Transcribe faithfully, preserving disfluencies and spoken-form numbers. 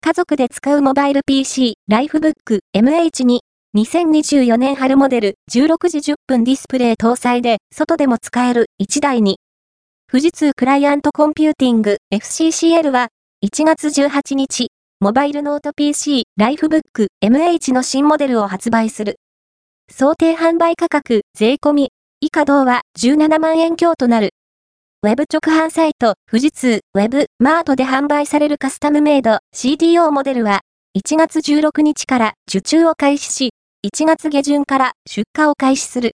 家族で使うモバイル ピーシー、ライフブック エムエイチ に、にせんにじゅうよねん春モデルじゅうろくじじゅっぷんディスプレイ搭載で、外でも使えるいちだいに。富士通クライアントコンピューティング エフシーシーエル はいちがつじゅうはちにち、モバイルノート ピーシー、ライフブック エムエイチ の新モデルを発売する。想定販売価格、税込み、以下同はじゅうななまんえん強となる。ウェブ直販サイト、富士通、ウェブ、マートで販売されるカスタムメイド シーティーオー モデルは、いちがつじゅうろくにちから受注を開始し、いちがつげじゅんから出荷を開始する。